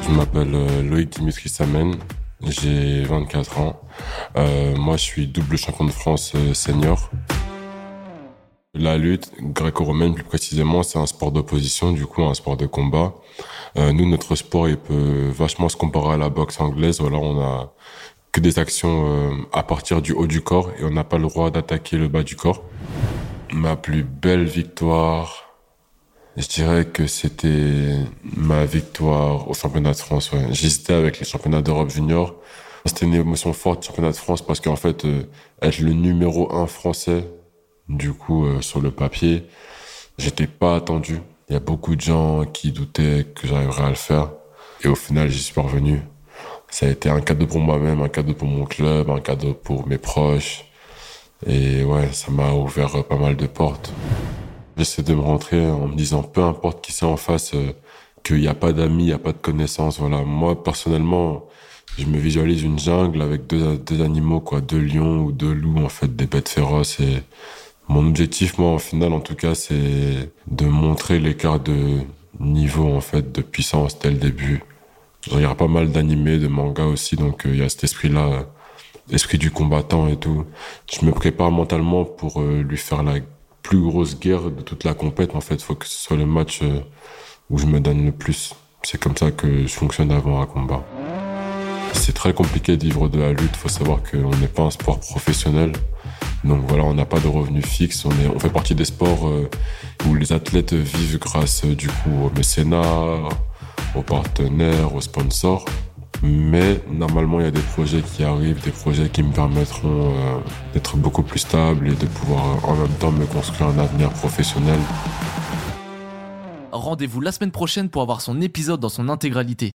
Je m'appelle Loïc Dimitri Samen, j'ai 24 ans. Moi, je suis double champion de France senior. La lutte gréco-romaine, plus précisément, c'est un sport d'opposition, du coup, un sport de combat. Nous, notre sport, il peut vachement se comparer à la boxe anglaise. Voilà, on a que des actions à partir du haut du corps et on n'a pas le droit d'attaquer le bas du corps. Ma plus belle victoire, je dirais que c'était ma victoire au championnat de France. Ouais. J'hésitais avec les championnats d'Europe junior. C'était une émotion forte, championnat de France, parce qu'en fait, être le numéro 1 français, du coup, sur le papier, j'étais pas attendu. Il y a beaucoup de gens qui doutaient que j'arriverais à le faire. Et au final, j'y suis parvenu. Ça a été un cadeau pour moi-même, un cadeau pour mon club, un cadeau pour mes proches. Et ouais, ça m'a ouvert pas mal de portes. J'essaie de me rentrer en me disant, peu importe qui c'est en face, qu'il n'y a pas d'amis, il n'y a pas de connaissances. Voilà. Moi, personnellement, je me visualise une jungle avec deux animaux, quoi, deux lions ou deux loups, en fait, des bêtes féroces. Et mon objectif, moi, au final, en tout cas, c'est de montrer l'écart de niveau, en fait, de puissance dès le début. Je regarde pas mal d'animés, de mangas aussi, donc il y a cet esprit-là, l'esprit du combattant et tout. Je me prépare mentalement pour lui faire la plus grosse guerre de toute la compète. En fait, faut que ce soit le match où je me donne le plus. C'est comme ça que je fonctionne avant un combat. C'est très compliqué de vivre de la lutte. Faut savoir qu'on n'est pas un sport professionnel. Donc voilà, on n'a pas de revenus fixes. On fait partie des sports où les athlètes vivent grâce du coup au mécénat, aux partenaires, aux sponsors. Mais normalement, il y a des projets qui arrivent, des projets qui me permettront d'être beaucoup plus stable et de pouvoir en même temps me construire un avenir professionnel. Rendez-vous la semaine prochaine pour avoir son épisode dans son intégralité.